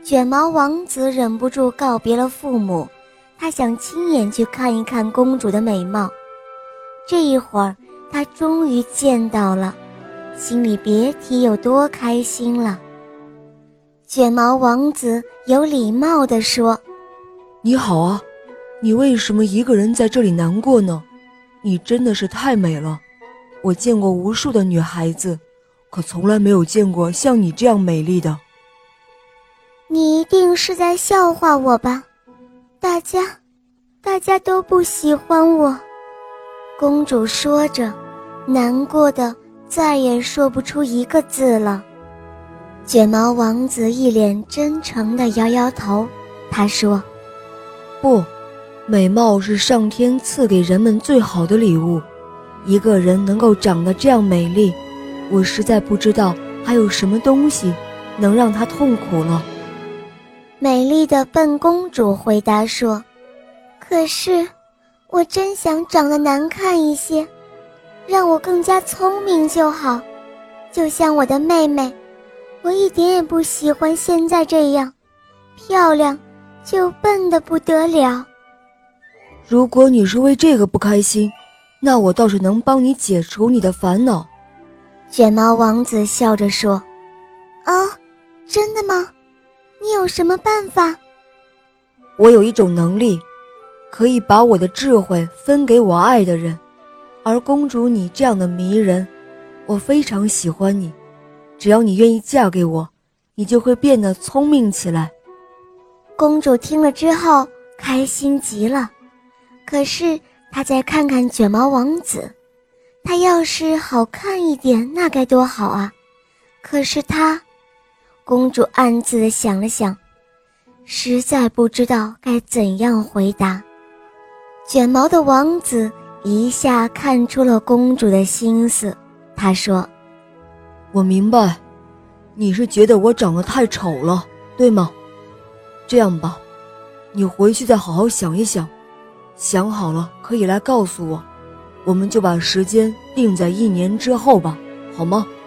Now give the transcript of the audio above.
卷毛王子忍不住告别了父母，他想亲眼去看一看公主的美貌。这一会儿他终于见到了，心里别提有多开心了。卷毛王子有礼貌地说： 你好啊，你为什么一个人在这里难过呢？你真的是太美了，我见过无数的女孩子，可从来没有见过像你这样美丽的。 你一定是在笑话我吧？大家都不喜欢我。公主说着，难过的再也说不出一个字了。卷毛王子一脸真诚地摇摇头，他说： 不，美貌是上天赐给人们最好的礼物。一个人能够长得这样美丽，我实在不知道还有什么东西能让她痛苦了。 美丽的笨公主回答说：可是我真想长得难看一些，让我更加聪明就好，就像我的妹妹，我一点也不喜欢现在这样，漂亮就笨得不得了。 如果你是为这个不开心，那我倒是能帮你解除你的烦恼。 卷毛王子笑着说：哦，真的吗？你有什么办法？ 我有一种能力，可以把我的智慧分给我爱的人，而公主你这样的迷人，我非常喜欢你，只要你愿意嫁给我，你就会变得聪明起来。 公主听了之后开心极了，可是她再看看卷毛王子，他要是好看一点那该多好啊！可是公主暗自地想了想，实在不知道该怎样回答。卷毛的王子一下看出了公主的心思，他说： 我明白，你是觉得我长得太丑了，对吗？这样吧，你回去再好好想一想，想好了可以来告诉我，我们就把时间定在1年之后吧，好吗？